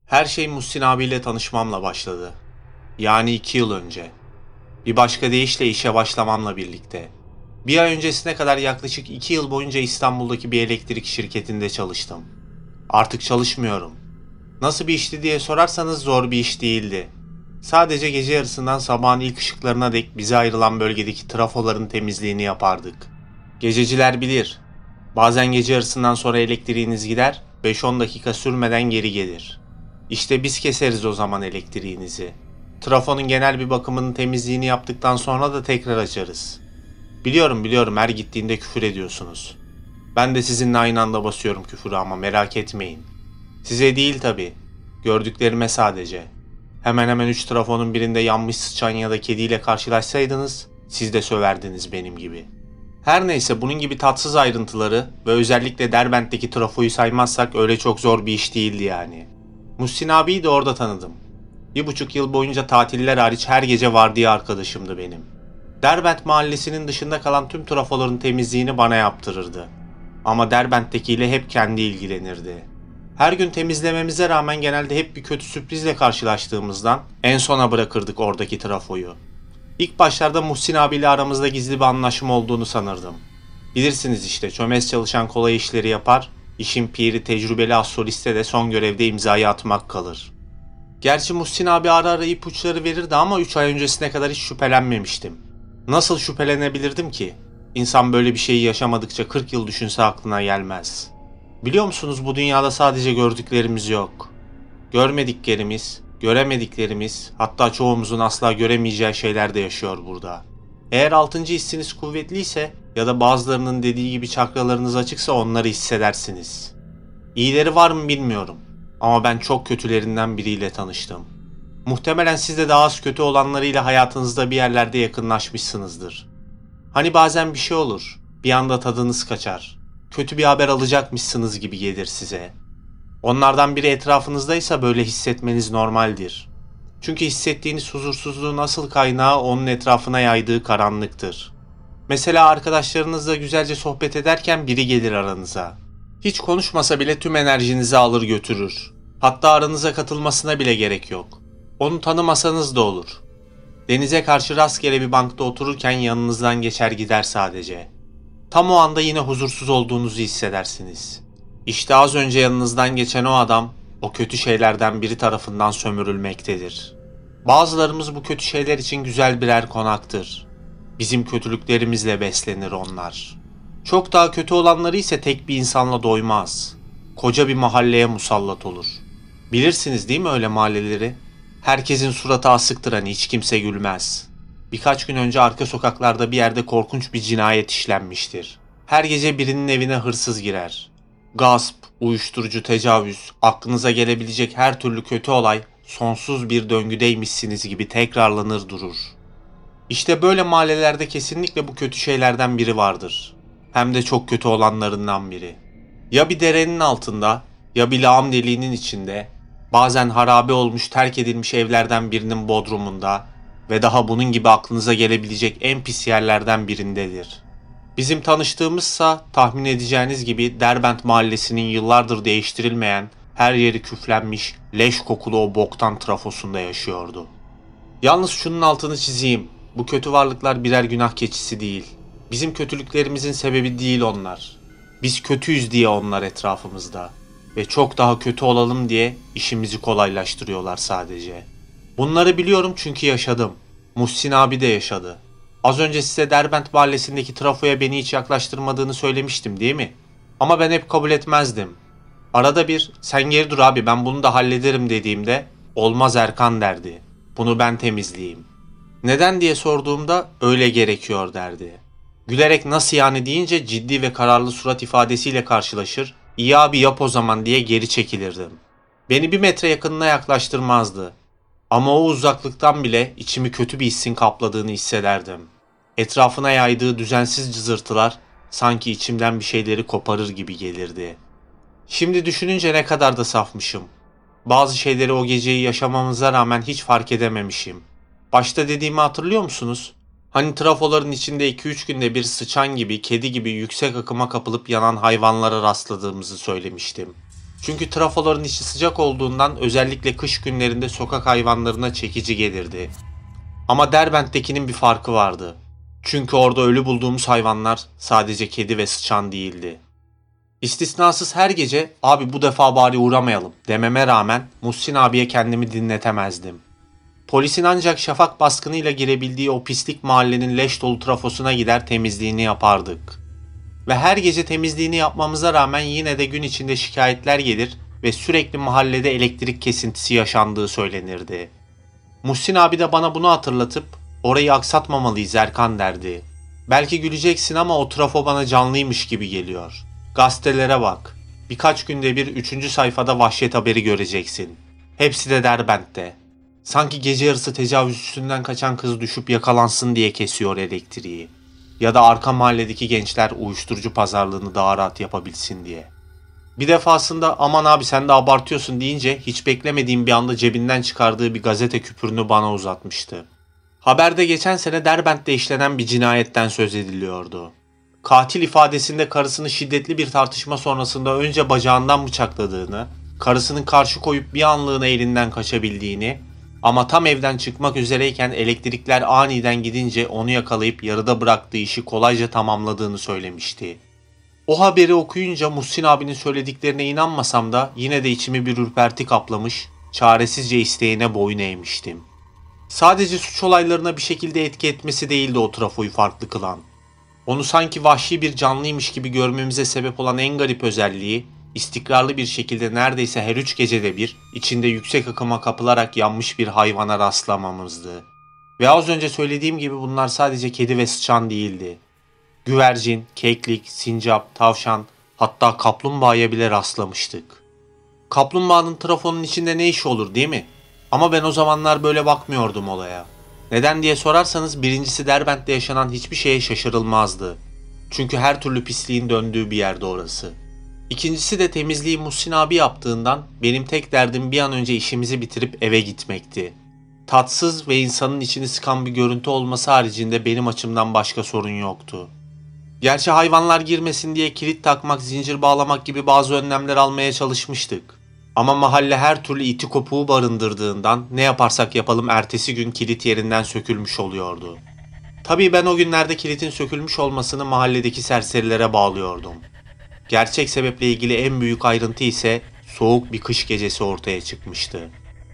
Her şey Muhsin abiyle tanışmamla başladı. Yani 2 yıl önce. Bir başka deyişle işe başlamamla birlikte. Bir ay öncesine kadar yaklaşık 2 yıl boyunca İstanbul'daki bir elektrik şirketinde çalıştım. Artık çalışmıyorum. Nasıl bir işti diye sorarsanız zor bir iş değildi. Sadece gece yarısından sabahın ilk ışıklarına dek bize ayrılan bölgedeki trafoların temizliğini yapardık. Gececiler bilir. Bazen gece yarısından sonra elektriğiniz gider, 5-10 dakika sürmeden geri gelir. İşte biz keseriz o zaman elektriğinizi. Trafonun genel bir bakımının temizliğini yaptıktan sonra da tekrar açarız. Biliyorum her gittiğinde küfür ediyorsunuz. Ben de sizinle aynı anda basıyorum küfürü ama merak etmeyin. Size değil tabii. Gördüklerime sadece. Hemen hemen 3 trafonun birinde yanmış sıçan ya da kediyle karşılaşsaydınız siz de söverdiniz benim gibi. Her neyse bunun gibi tatsız ayrıntıları ve özellikle Derbent'teki trafoyu saymazsak öyle çok zor bir iş değildi yani. Muhsin abiyi de orada tanıdım. 1,5 yıl boyunca tatiller hariç her gece vardiya arkadaşımdı benim. Derbent mahallesinin dışında kalan tüm trafoların temizliğini bana yaptırırdı. Ama Derbent'tekiyle hep kendi ilgilenirdi. Her gün temizlememize rağmen genelde hep bir kötü sürprizle karşılaştığımızdan en sona bırakırdık oradaki trafoyu. İlk başlarda Muhsin abiyle aramızda gizli bir anlaşma olduğunu sanırdım. Bilirsiniz işte çömez çalışan kolay işleri yapar, işin piri tecrübeli astroliste de son görevde imzayı atmak kalır. Gerçi Muhsin abi ara ara ipuçları verirdi ama 3 ay öncesine kadar hiç şüphelenmemiştim. Nasıl şüphelenebilirdim ki? İnsan böyle bir şeyi yaşamadıkça 40 yıl düşünse aklına gelmez. Biliyor musunuz bu dünyada sadece gördüklerimiz yok. Görmediklerimiz, göremediklerimiz, hatta çoğumuzun asla göremeyeceği şeyler de yaşıyor burada. Eğer 6. hissiniz kuvvetliyse ya da bazılarının dediği gibi çakralarınız açıksa onları hissedersiniz. İyileri var mı bilmiyorum ama ben çok kötülerinden biriyle tanıştım. Muhtemelen siz de daha az kötü olanlarıyla hayatınızda bir yerlerde yakınlaşmışsınızdır. Hani bazen bir şey olur, bir anda tadınız kaçar. Kötü bir haber alacakmışsınız gibi gelir size. Onlardan biri etrafınızdaysa böyle hissetmeniz normaldir. Çünkü hissettiğiniz huzursuzluğun asıl kaynağı onun etrafına yaydığı karanlıktır. Mesela arkadaşlarınızla güzelce sohbet ederken biri gelir aranıza. Hiç konuşmasa bile tüm enerjinizi alır götürür. Hatta aranıza katılmasına bile gerek yok. Onu tanımasanız da olur. Denize karşı rastgele bir bankta otururken yanınızdan geçer gider sadece. Tam o anda yine huzursuz olduğunuzu hissedersiniz. İşte az önce yanınızdan geçen o adam, o kötü şeylerden biri tarafından sömürülmektedir. Bazılarımız bu kötü şeyler için güzel birer konaktır. Bizim kötülüklerimizle beslenir onlar. Çok daha kötü olanları ise tek bir insanla doymaz. Koca bir mahalleye musallat olur. Bilirsiniz değil mi öyle mahalleleri? Herkesin suratı asıktır hani hiç kimse gülmez. Birkaç gün önce arka sokaklarda bir yerde korkunç bir cinayet işlenmiştir. Her gece birinin evine hırsız girer. Gasp, uyuşturucu, tecavüz, aklınıza gelebilecek her türlü kötü olay sonsuz bir döngüdeymişsiniz gibi tekrarlanır durur. İşte böyle mahallelerde kesinlikle bu kötü şeylerden biri vardır. Hem de çok kötü olanlarından biri. Ya bir derenin altında, ya bir lağım deliğinin içinde, bazen harabe olmuş terk edilmiş evlerden birinin bodrumunda ve daha bunun gibi aklınıza gelebilecek en pis yerlerden birindedir. Bizim tanıştığımızsa tahmin edeceğiniz gibi Derbent mahallesinin yıllardır değiştirilmeyen, her yeri küflenmiş, leş kokulu o boktan trafosunda yaşıyordu. Yalnız şunun altını çizeyim. Bu kötü varlıklar birer günah keçisi değil. Bizim kötülüklerimizin sebebi değil onlar. Biz kötüyüz diye onlar etrafımızda. Ve çok daha kötü olalım diye işimizi kolaylaştırıyorlar sadece. Bunları biliyorum çünkü yaşadım. Muhsin abi de yaşadı. Az önce size Derbent mahallesindeki trafoya beni hiç yaklaştırmadığını söylemiştim değil mi? Ama ben hep kabul etmezdim. Arada bir sen geri dur abi ben bunu da hallederim dediğimde olmaz Erkan derdi. Bunu ben temizleyeyim. Neden diye sorduğumda öyle gerekiyor derdi. Gülerek nasıl yani deyince ciddi ve kararlı surat ifadesiyle karşılaşır, iyi abi yap o zaman diye geri çekilirdim. Beni 1 metre yakınına yaklaştırmazdı. Ama o uzaklıktan bile içimi kötü bir hissin kapladığını hissederdim. Etrafına yaydığı düzensiz cızırtılar sanki içimden bir şeyleri koparır gibi gelirdi. Şimdi düşününce ne kadar da safmışım. Bazı şeyleri o geceyi yaşamamıza rağmen hiç fark edememişim. Başta dediğimi hatırlıyor musunuz? Hani trafoların içinde 2-3 günde bir sıçan gibi, kedi gibi yüksek akıma kapılıp yanan hayvanlara rastladığımızı söylemiştim. Çünkü trafoların içi sıcak olduğundan özellikle kış günlerinde sokak hayvanlarına çekici gelirdi. Ama Derbent'tekinin bir farkı vardı. Çünkü orada ölü bulduğumuz hayvanlar sadece kedi ve sıçan değildi. İstisnasız her gece "abi bu defa bari uğramayalım" dememe rağmen Muhsin abiye kendimi dinletemezdim. Polisin ancak şafak baskınıyla girebildiği o pislik mahallenin leş dolu trafosuna gider temizliğini yapardık. Ve her gece temizliğini yapmamıza rağmen yine de gün içinde şikayetler gelir ve sürekli mahallede elektrik kesintisi yaşandığı söylenirdi. Muhsin abi de bana bunu hatırlatıp "orayı aksatmamalıyız Erkan" derdi. Belki güleceksin ama o trafo bana canlıymış gibi geliyor. Gazetelere bak. Birkaç günde bir 3. sayfada vahşet haberi göreceksin. Hepsi de Derbent'te. Sanki gece yarısı tecavüz üstünden kaçan kız düşüp yakalansın diye kesiyor elektriği. Ya da arka mahalledeki gençler uyuşturucu pazarlığını daha rahat yapabilsin diye. Bir defasında "aman abi sen de abartıyorsun" deyince hiç beklemediğim bir anda cebinden çıkardığı bir gazete küpürünü bana uzatmıştı. Haberde geçen sene Derbent'te işlenen bir cinayetten söz ediliyordu. Katil ifadesinde karısını şiddetli bir tartışma sonrasında önce bacağından bıçakladığını, karısının karşı koyup bir anlığına elinden kaçabildiğini ama tam evden çıkmak üzereyken elektrikler aniden gidince onu yakalayıp yarıda bıraktığı işi kolayca tamamladığını söylemişti. O haberi okuyunca Muhsin abinin söylediklerine inanmasam da yine de içimi bir ürperti kaplamış, çaresizce isteğine boyun eğmiştim. Sadece suç olaylarına bir şekilde etki etmesi değildi o trafoyu farklı kılan. Onu sanki vahşi bir canlıymış gibi görmemize sebep olan en garip özelliği, istikrarlı bir şekilde neredeyse her 3 gecede bir, içinde yüksek akıma kapılarak yanmış bir hayvana rastlamamızdı. Ve az önce söylediğim gibi bunlar sadece kedi ve sıçan değildi. Güvercin, keklik, sincap, tavşan, hatta kaplumbağaya bile rastlamıştık. Kaplumbağanın trafonun içinde ne işi olur değil mi? Ama ben o zamanlar böyle bakmıyordum olaya. Neden diye sorarsanız birincisi Derbent'te yaşanan hiçbir şeye şaşırılmazdı. Çünkü her türlü pisliğin döndüğü bir yerde orası. İkincisi de temizliği Muhsin abi yaptığından benim tek derdim bir an önce işimizi bitirip eve gitmekti. Tatsız ve insanın içini sıkan bir görüntü olması haricinde benim açımdan başka sorun yoktu. Gerçi hayvanlar girmesin diye kilit takmak, zincir bağlamak gibi bazı önlemler almaya çalışmıştık. Ama mahalle her türlü iti kopuğu barındırdığından ne yaparsak yapalım ertesi gün kilit yerinden sökülmüş oluyordu. Tabii ben o günlerde kilitin sökülmüş olmasını mahalledeki serserilere bağlıyordum. Gerçek sebeple ilgili en büyük ayrıntı ise soğuk bir kış gecesi ortaya çıkmıştı.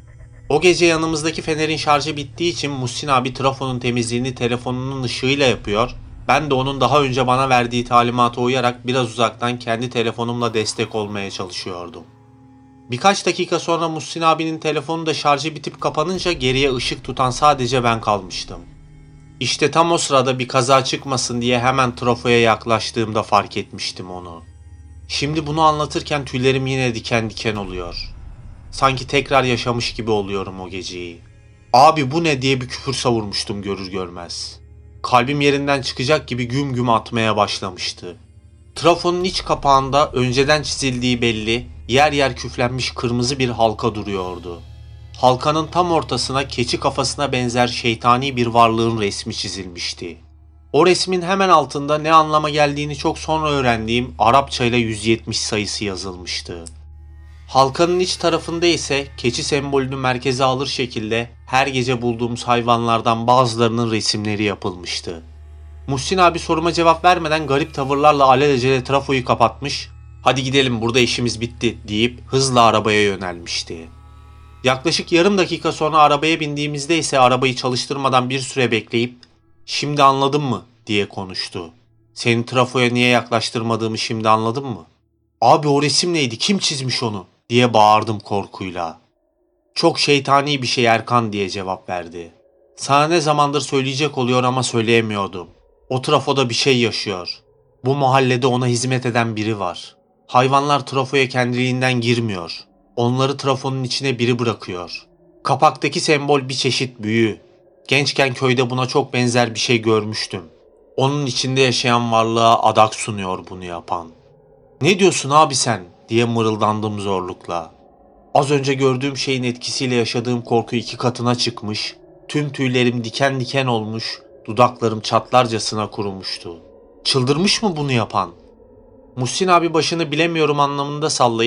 O gece yanımızdaki fenerin şarjı bittiği için Muhsin abi trafonun temizliğini telefonunun ışığıyla yapıyor, ben de onun daha önce bana verdiği talimata uyarak biraz uzaktan kendi telefonumla destek olmaya çalışıyordum. Birkaç dakika sonra Muhsin abinin telefonu da şarjı bitip kapanınca geriye ışık tutan sadece ben kalmıştım. İşte tam o sırada bir kaza çıkmasın diye hemen trafoya yaklaştığımda fark etmiştim onu. Şimdi bunu anlatırken tüylerim yine diken diken oluyor. Sanki tekrar yaşamış gibi oluyorum o geceyi. "Abi bu ne?" diye bir küfür savurmuştum görür görmez. Kalbim yerinden çıkacak gibi güm güm atmaya başlamıştı. Trafonun iç kapağında önceden çizildiği belli, yer yer küflenmiş kırmızı bir halka duruyordu. Halkanın tam ortasına keçi kafasına benzer şeytani bir varlığın resmi çizilmişti. O resmin hemen altında ne anlama geldiğini çok sonra öğrendiğim Arapça ile 170 sayısı yazılmıştı. Halkanın iç tarafında ise keçi sembolünü merkeze alır şekilde her gece bulduğumuz hayvanlardan bazılarının resimleri yapılmıştı. Muhsin abi soruma cevap vermeden garip tavırlarla alelacele trafoyu kapatmış, "hadi gidelim burada işimiz bitti" deyip hızla arabaya yönelmişti. Yaklaşık yarım dakika sonra arabaya bindiğimizde ise arabayı çalıştırmadan bir süre bekleyip "şimdi anladın mı?" diye konuştu. "Seni trafoya niye yaklaştırmadığımı şimdi anladın mı?" "Abi o resim neydi? Kim çizmiş onu?" diye bağırdım korkuyla. "Çok şeytani bir şey Erkan" diye cevap verdi. "Sana ne zamandır söyleyecek oluyor ama söyleyemiyordum. O trafoda bir şey yaşıyor. Bu mahallede ona hizmet eden biri var. Hayvanlar trafoya kendiliğinden girmiyor. Onları trafonun içine biri bırakıyor. Kapaktaki sembol bir çeşit büyü. Gençken köyde buna çok benzer bir şey görmüştüm. Onun içinde yaşayan varlığa adak sunuyor bunu yapan." "Ne diyorsun abi sen?" diye mırıldandım zorlukla. Az önce gördüğüm şeyin etkisiyle yaşadığım korku 2 katına çıkmış, tüm tüylerim diken diken olmuş, dudaklarım çatlarcasına kurumuştu. "Çıldırmış mı bunu yapan?" Muhsin abi başını bilemiyorum anlamında sallayıp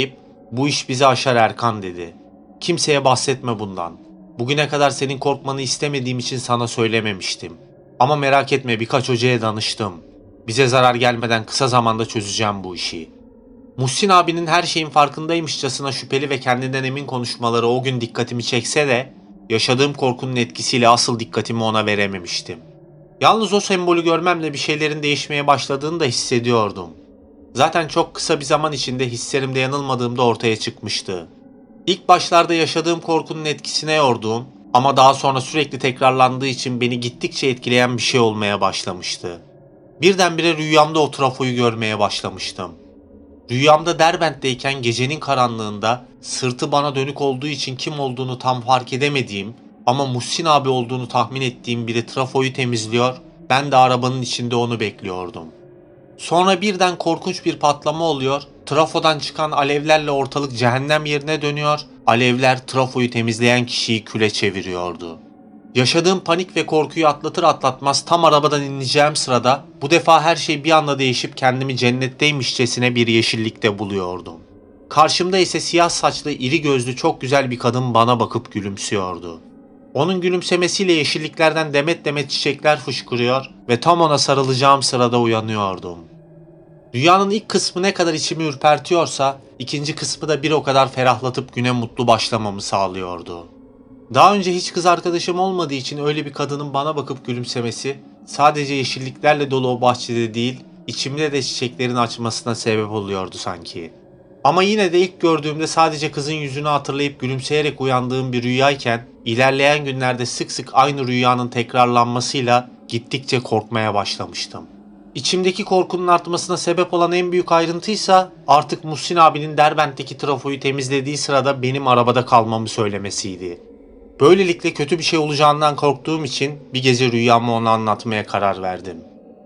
Bu iş bizi aşar Erkan dedi. Kimseye bahsetme bundan. Bugüne kadar senin korkmanı istemediğim için sana söylememiştim. Ama merak etme, birkaç hocaya danıştım. Bize zarar gelmeden kısa zamanda çözeceğim bu işi. Muhsin abinin her şeyin farkındaymışçasına şüpheli ve kendinden emin konuşmaları o gün dikkatimi çekse de yaşadığım korkunun etkisiyle asıl dikkatimi ona verememiştim. Yalnız o sembolü görmemle bir şeylerin değişmeye başladığını da hissediyordum. Zaten çok kısa bir zaman içinde hislerimde yanılmadığımda ortaya çıkmıştı. İlk başlarda yaşadığım korkunun etkisine yorduğum ama daha sonra sürekli tekrarlandığı için beni gittikçe etkileyen bir şey olmaya başlamıştı. Birdenbire rüyamda o trafoyu görmeye başlamıştım. Rüyamda Derbent'teyken gecenin karanlığında sırtı bana dönük olduğu için kim olduğunu tam fark edemediğim ama Muhsin abi olduğunu tahmin ettiğim biri trafoyu temizliyor, ben de arabanın içinde onu bekliyordum. Sonra birden korkunç bir patlama oluyor, trafodan çıkan alevlerle ortalık cehennem yerine dönüyor, alevler trafoyu temizleyen kişiyi küle çeviriyordu. Yaşadığım panik ve korkuyu atlatır atlatmaz tam arabadan ineceğim sırada bu defa her şey bir anda değişip kendimi cennetteymişçesine bir yeşillikte buluyordum. Karşımda ise siyah saçlı, iri gözlü çok güzel bir kadın bana bakıp gülümsüyordu. Onun gülümsemesiyle yeşilliklerden demet demet çiçekler fışkırıyor ve tam ona sarılacağım sırada uyanıyordum. Rüyanın ilk kısmı ne kadar içimi ürpertiyorsa, ikinci kısmı da bir o kadar ferahlatıp güne mutlu başlamamı sağlıyordu. Daha önce hiç kız arkadaşım olmadığı için öyle bir kadının bana bakıp gülümsemesi, sadece yeşilliklerle dolu o bahçede değil, içimde de çiçeklerin açmasına sebep oluyordu sanki. Ama yine de ilk gördüğümde sadece kızın yüzünü hatırlayıp gülümseyerek uyandığım bir rüyayken, ilerleyen günlerde sık sık aynı rüyanın tekrarlanmasıyla gittikçe korkmaya başlamıştım. İçimdeki korkunun artmasına sebep olan en büyük ayrıntıysa artık Muhsin abinin Derbent'teki trafoyu temizlediği sırada benim arabada kalmamı söylemesiydi. Böylelikle kötü bir şey olacağından korktuğum için bir gece rüyamı ona anlatmaya karar verdim.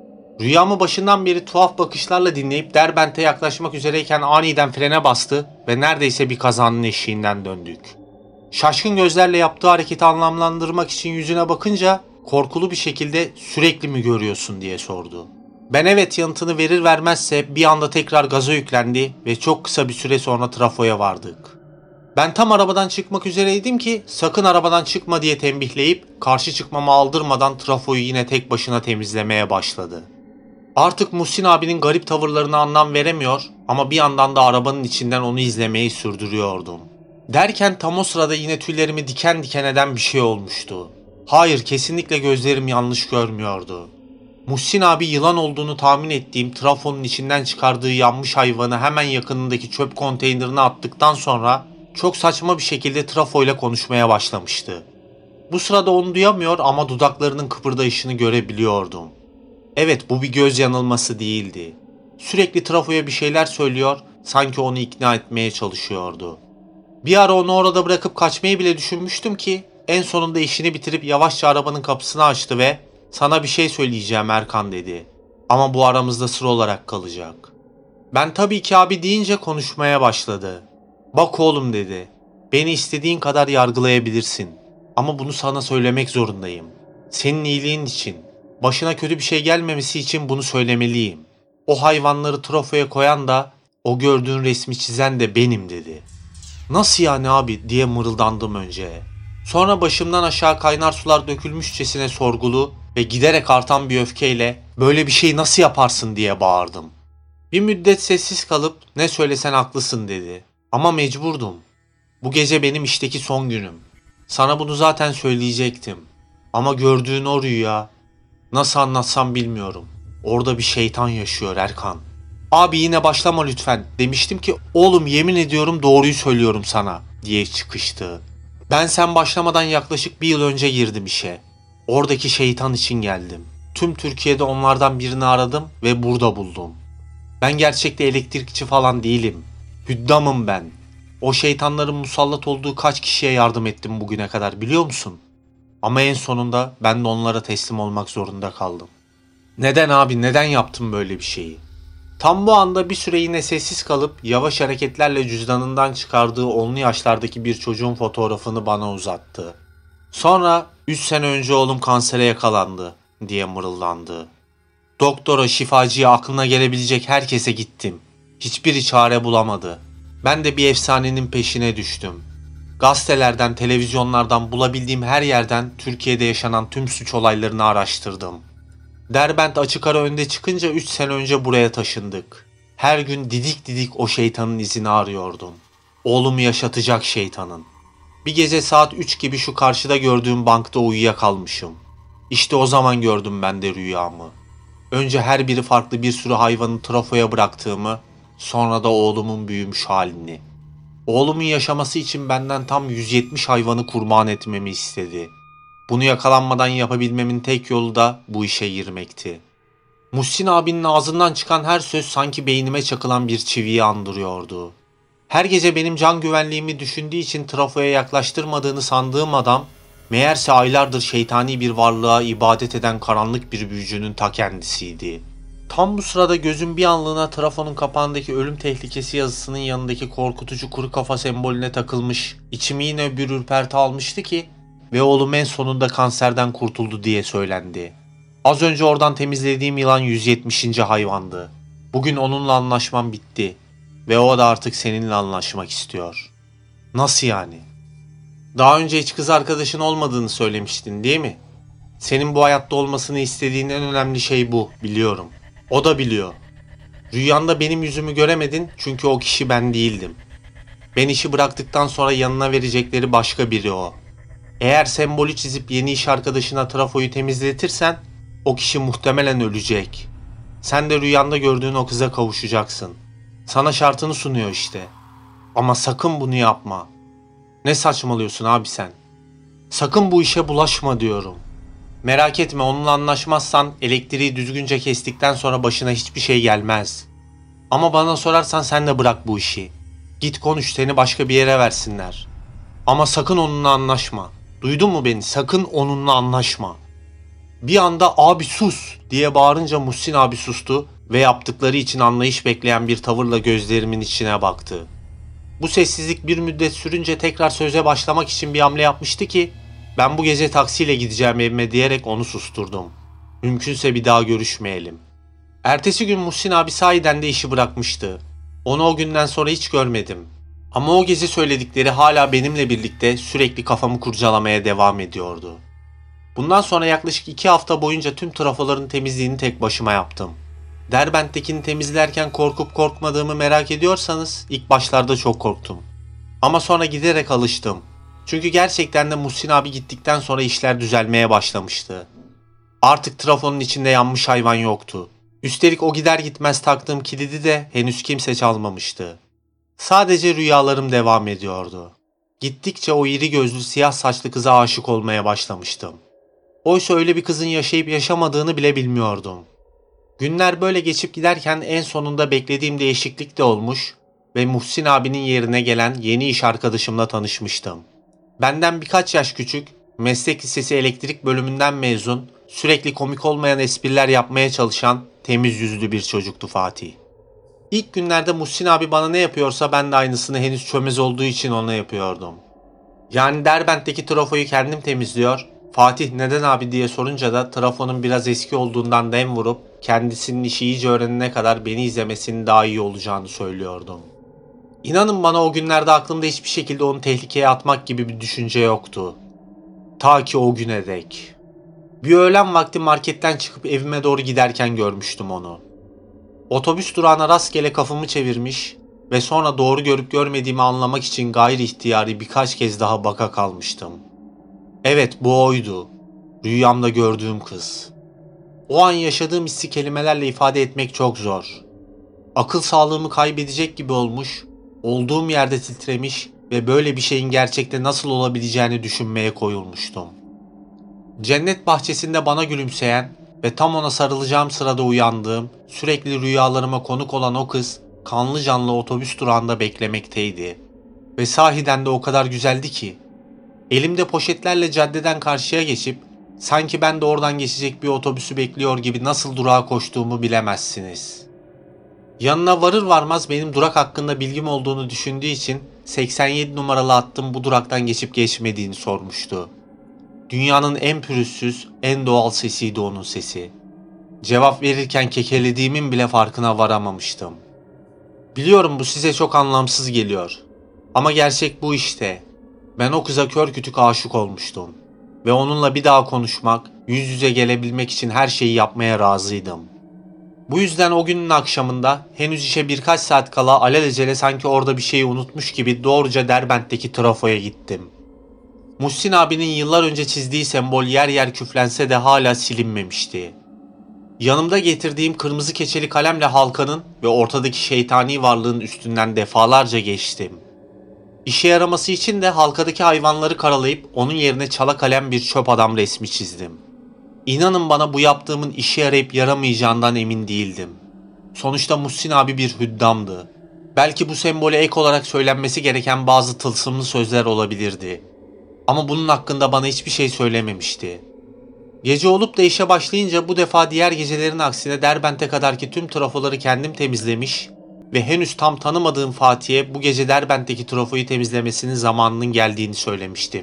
Rüyamı başından beri tuhaf bakışlarla dinleyip Derbent'e yaklaşmak üzereyken aniden frene bastı ve neredeyse bir kazanın eşiğinden döndük. Şaşkın gözlerle yaptığı hareketi anlamlandırmak için yüzüne bakınca korkulu bir şekilde "Sürekli mi görüyorsun?" diye sordu. Ben evet yanıtını verir vermezse bir anda tekrar gaza yüklendi ve çok kısa bir süre sonra trafoya vardık. Ben tam arabadan çıkmak üzereydim ki sakın arabadan çıkma diye tembihleyip karşı çıkmamı aldırmadan trafoyu yine tek başına temizlemeye başladı. Artık Muhsin abinin garip tavırlarına anlam veremiyor ama bir yandan da arabanın içinden onu izlemeyi sürdürüyordum. Derken tam o sırada yine tüylerimi diken diken eden bir şey olmuştu. Hayır, kesinlikle gözlerim yanlış görmüyordu. Muhsin abi yılan olduğunu tahmin ettiğim trafonun içinden çıkardığı yanmış hayvanı hemen yakınındaki çöp konteynerine attıktan sonra çok saçma bir şekilde trafoyla konuşmaya başlamıştı. Bu sırada onu duyamıyor ama dudaklarının kıpırdayışını görebiliyordum. Evet, bu bir göz yanılması değildi. Sürekli trafoya bir şeyler söylüyor, sanki onu ikna etmeye çalışıyordu. Bir ara onu orada bırakıp kaçmayı bile düşünmüştüm ki en sonunda işini bitirip yavaşça arabanın kapısını açtı ve "Sana bir şey söyleyeceğim Erkan" dedi. "Ama bu aramızda sır olarak kalacak." Ben tabii ki abi deyince konuşmaya başladı. "Bak oğlum" dedi. "Beni istediğin kadar yargılayabilirsin. Ama bunu sana söylemek zorundayım. Senin iyiliğin için. Başına kötü bir şey gelmemesi için bunu söylemeliyim. O hayvanları trafoya koyan da, o gördüğün resmi çizen de benim" dedi. "Nasıl yani abi?" diye mırıldandım önce. Sonra başımdan aşağı kaynar sular dökülmüşçesine sorgulu ve giderek artan bir öfkeyle "Böyle bir şey nasıl yaparsın?" diye bağırdım. Bir müddet sessiz kalıp "Ne söylesen haklısın" dedi. Ama mecburdum. Bu gece benim işteki son günüm. Sana bunu zaten söyleyecektim. Ama gördüğün o rüya, nasıl anlatsam bilmiyorum. Orada bir şeytan yaşıyor Erkan. "Abi yine başlama lütfen" demiştim ki "Oğlum yemin ediyorum doğruyu söylüyorum sana" diye çıkıştı. "Ben sen başlamadan yaklaşık bir yıl önce girdim işe. Oradaki şeytan için geldim. Tüm Türkiye'de onlardan birini aradım ve burada buldum. Ben gerçekte elektrikçi falan değilim. Hüddamım ben. O şeytanların musallat olduğu kaç kişiye yardım ettim bugüne kadar biliyor musun? Ama en sonunda ben de onlara teslim olmak zorunda kaldım." "Neden abi, neden yaptın böyle bir şeyi?" Tam bu anda bir süre yine sessiz kalıp yavaş hareketlerle cüzdanından çıkardığı 10'lu yaşlardaki bir çocuğun fotoğrafını bana uzattı. Sonra "3 sene önce oğlum kansere yakalandı" diye mırıldandı. "Doktora, şifacıya, aklına gelebilecek herkese gittim. Hiçbiri çare bulamadı. Ben de bir efsanenin peşine düştüm. Gazetelerden, televizyonlardan, bulabildiğim her yerden Türkiye'de yaşanan tüm suç olaylarını araştırdım. Derbent açık ara önde çıkınca 3 sene önce buraya taşındık. Her gün didik didik o şeytanın izini arıyordum. Oğlumu yaşatacak şeytanın. Bir gece saat 3 gibi şu karşıda gördüğüm bankta uyuyakalmışım. İşte o zaman gördüm ben de rüyamı. Önce her biri farklı bir sürü hayvanı trafoya bıraktığımı, sonra da oğlumun büyümüş halini. Oğlumun yaşaması için benden tam 170 hayvanı kurban etmemi istedi. Bunu yakalanmadan yapabilmemin tek yolu da bu işe girmekti. Muhsin abinin ağzından çıkan her söz sanki beynime çakılan bir çiviyi andırıyordu. Her gece benim can güvenliğimi düşündüğü için trafoya yaklaştırmadığını sandığım adam, meğerse aylardır şeytani bir varlığa ibadet eden karanlık bir büyücünün ta kendisiydi. Tam bu sırada gözüm bir anlığına trafonun kapağındaki ölüm tehlikesi yazısının yanındaki korkutucu kuru kafa sembolüne takılmış, içimi yine bir ürperti almıştı ki ve oğlum en sonunda kanserden kurtuldu diye söylendi. Az önce oradan temizlediğim yılan 170. hayvandı. Bugün onunla anlaşmam bitti ve o da artık seninle anlaşmak istiyor. Nasıl yani? Daha önce hiç kız arkadaşın olmadığını söylemiştin, değil mi? Senin bu hayatta olmasını istediğin en önemli şey bu, biliyorum. O da biliyor. Rüyanda benim yüzümü göremedin çünkü o kişi ben değildim. Ben işi bıraktıktan sonra yanına verecekleri başka biri o. Eğer sembolü çizip yeni iş arkadaşına trafoyu temizletirsen o kişi muhtemelen ölecek. Sen de rüyanda gördüğün o kıza kavuşacaksın. Sana şartını sunuyor işte. Ama sakın bunu yapma. Ne saçmalıyorsun abi sen? Sakın bu işe bulaşma diyorum. Merak etme, onunla anlaşmazsan elektriği düzgünce kestikten sonra başına hiçbir şey gelmez. Ama bana sorarsan sen de bırak bu işi. Git konuş, seni başka bir yere versinler. Ama sakın onunla anlaşma. Duydun mu beni? Sakın onunla anlaşma. Bir anda abi sus diye bağırınca Muhsin abi sustu ve yaptıkları için anlayış bekleyen bir tavırla gözlerimin içine baktı. Bu sessizlik bir müddet sürünce tekrar söze başlamak için bir hamle yapmıştı ki ben bu gece taksiyle gideceğim evime diyerek onu susturdum. Mümkünse bir daha görüşmeyelim. Ertesi gün Muhsin abi sahiden de işi bırakmıştı. Onu o günden sonra hiç görmedim. Ama o gece söyledikleri hala benimle birlikte sürekli kafamı kurcalamaya devam ediyordu. Bundan sonra yaklaşık 2 hafta boyunca tüm trafoların temizliğini tek başıma yaptım. Derbent'tekini temizlerken korkup korkmadığımı merak ediyorsanız ilk başlarda çok korktum. Ama sonra giderek alıştım. Çünkü gerçekten de Muhsin abi gittikten sonra işler düzelmeye başlamıştı. Artık trafonun içinde yanmış hayvan yoktu. Üstelik o gider gitmez taktığım kilidi de henüz kimse çalmamıştı. Sadece rüyalarım devam ediyordu. Gittikçe o iri gözlü siyah saçlı kıza aşık olmaya başlamıştım. Oysa öyle bir kızın yaşayıp yaşamadığını bile bilmiyordum. Günler böyle geçip giderken en sonunda beklediğim değişiklik de olmuş ve Muhsin abinin yerine gelen yeni iş arkadaşımla tanışmıştım. Benden birkaç yaş küçük, meslek lisesi elektrik bölümünden mezun, sürekli komik olmayan espriler yapmaya çalışan temiz yüzlü bir çocuktu Fatih. İlk günlerde Muhsin abi bana ne yapıyorsa ben de aynısını henüz çömez olduğu için ona yapıyordum. Yani Derbent'teki trafoyu kendim temizliyor, Fatih neden abi diye sorunca da trafonun biraz eski olduğundan dem vurup kendisinin işi iyice öğrenene kadar beni izlemesinin daha iyi olacağını söylüyordum. İnanın bana o günlerde aklımda hiçbir şekilde onu tehlikeye atmak gibi bir düşünce yoktu. Ta ki o güne dek. Bir öğlen vakti marketten çıkıp evime doğru giderken görmüştüm onu. Otobüs durağına rastgele kafamı çevirmiş ve sonra doğru görüp görmediğimi anlamak için gayri ihtiyari birkaç kez daha baka kalmıştım. Evet, bu oydu. Rüyamda gördüğüm kız. O an yaşadığım hissi kelimelerle ifade etmek çok zor. Akıl sağlığımı kaybedecek gibi olmuş, olduğum yerde titremiş ve böyle bir şeyin gerçekte nasıl olabileceğini düşünmeye koyulmuştum. Cennet bahçesinde bana gülümseyen ve tam ona sarılacağım sırada uyandığım, sürekli rüyalarıma konuk olan o kız kanlı canlı otobüs durağında beklemekteydi. Ve sahiden de o kadar güzeldi ki. Elimde poşetlerle caddeden karşıya geçip sanki ben de oradan geçecek bir otobüsü bekliyor gibi nasıl durağa koştuğumu bilemezsiniz. Yanına varır varmaz benim durak hakkında bilgim olduğunu düşündüğü için 87 numaralı hattın bu duraktan geçip geçmediğini sormuştu. Dünyanın en pürüzsüz, en doğal sesiydi onun sesi. Cevap verirken kekelediğimin bile farkına varamamıştım. Biliyorum bu size çok anlamsız geliyor. Ama gerçek bu işte. Ben o kıza kör kütük aşık olmuştum. Ve onunla bir daha konuşmak, yüz yüze gelebilmek için her şeyi yapmaya razıydım. Bu yüzden o günün akşamında henüz işe birkaç saat kala alelacele sanki orada bir şeyi unutmuş gibi doğruca Derbent'teki trafoya gittim. Muhsin abinin yıllar önce çizdiği sembol yer yer küflense de hala silinmemişti. Yanımda getirdiğim kırmızı keçeli kalemle halkanın ve ortadaki şeytani varlığın üstünden defalarca geçtim. İşe yaraması için de halkadaki hayvanları karalayıp onun yerine çala kalem bir çöp adam resmi çizdim. İnanın bana bu yaptığımın işe yarayıp yaramayacağından emin değildim. Sonuçta Muhsin abi bir hüddamdı. Belki bu sembole ek olarak söylenmesi gereken bazı tılsımlı sözler olabilirdi. Ama bunun hakkında bana hiçbir şey söylememişti. Gece olup da işe başlayınca bu defa diğer gecelerin aksine Derbent'e kadarki tüm trafoları kendim temizlemiş ve henüz tam tanımadığım Fatih'e bu gece Derbent'teki trafoyu temizlemesinin zamanının geldiğini söylemiştim.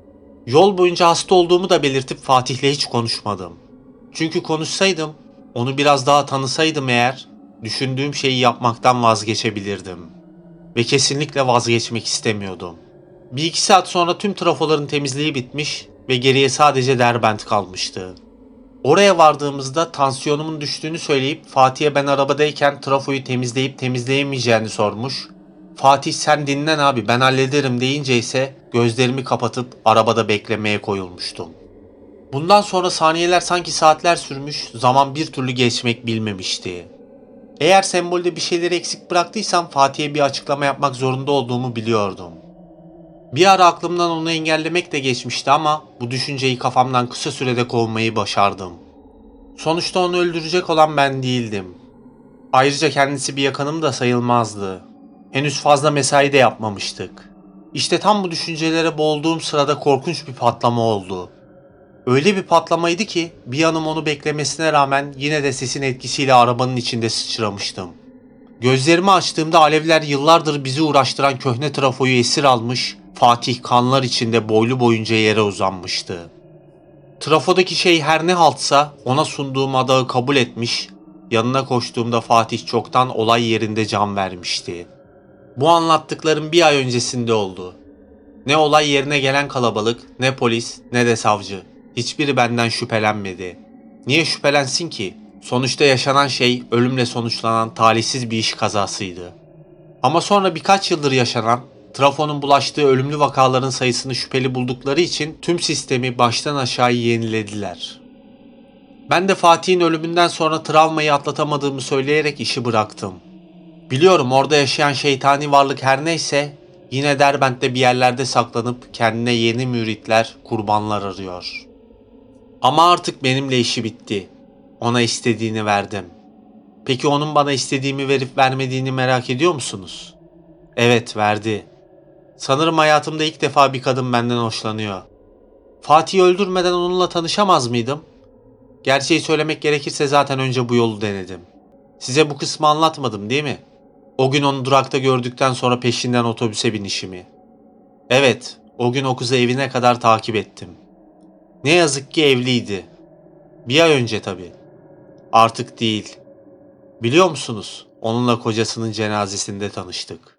Yol boyunca hasta olduğumu da belirtip Fatih'le hiç konuşmadım. Çünkü konuşsaydım, onu biraz daha tanısaydım eğer, düşündüğüm şeyi yapmaktan vazgeçebilirdim. Ve kesinlikle vazgeçmek istemiyordum. Bir iki saat sonra tüm trafoların temizliği bitmiş ve geriye sadece Derbent kalmıştı. Oraya vardığımızda tansiyonumun düştüğünü söyleyip Fatih'e ben arabadayken trafoyu temizleyip temizleyemeyeceğini sormuş. Fatih sen dinlen abi ben hallederim deyince ise gözlerimi kapatıp arabada beklemeye koyulmuştum. Bundan sonra saniyeler sanki saatler sürmüş, zaman bir türlü geçmek bilmemişti. Eğer sembolde bir şeyleri eksik bıraktıysam Fatih'e bir açıklama yapmak zorunda olduğumu biliyordum. Bir ara aklımdan onu engellemek de geçmişti ama bu düşünceyi kafamdan kısa sürede kovmayı başardım. Sonuçta onu öldürecek olan ben değildim. Ayrıca kendisi bir yakınım da sayılmazdı. Henüz fazla mesai de yapmamıştık. İşte tam bu düşüncelere boğulduğum sırada korkunç bir patlama oldu. Öyle bir patlamaydı ki bir yanım onu beklemesine rağmen yine de sesin etkisiyle arabanın içinde sıçramıştım. Gözlerimi açtığımda alevler yıllardır bizi uğraştıran köhne trafoyu esir almış, Fatih kanlar içinde boylu boyunca yere uzanmıştı. Trafodaki şey her ne haltsa ona sunduğum adağı kabul etmiş, yanına koştuğumda Fatih çoktan olay yerinde can vermişti. Bu anlattıklarım bir ay öncesinde oldu. Ne olay yerine gelen kalabalık, ne polis, ne de savcı. Hiçbiri benden şüphelenmedi. Niye şüphelensin ki? Sonuçta yaşanan şey ölümle sonuçlanan talihsiz bir iş kazasıydı. Ama sonra birkaç yıldır yaşanan, trafonun bulaştığı ölümlü vakaların sayısını şüpheli buldukları için tüm sistemi baştan aşağı yenilediler. Ben de Fatih'in ölümünden sonra travmayı atlatamadığımı söyleyerek işi bıraktım. Biliyorum orada yaşayan şeytani varlık her neyse, yine Derbent'te bir yerlerde saklanıp kendine yeni müritler, kurbanlar arıyor. Ama artık benimle işi bitti. Ona istediğini verdim. Peki onun bana istediğimi verip vermediğini merak ediyor musunuz? Evet, verdi. Sanırım hayatımda ilk defa bir kadın benden hoşlanıyor. Fatih'i öldürmeden onunla tanışamaz mıydım? Gerçeği söylemek gerekirse zaten önce bu yolu denedim. Size bu kısmı anlatmadım değil mi? O gün onu durakta gördükten sonra peşinden otobüse binişimi. Evet, o gün o kızı evine kadar takip ettim. Ne yazık ki evliydi. Bir ay önce tabii. Artık değil. Biliyor musunuz? Onunla kocasının cenazesinde tanıştık.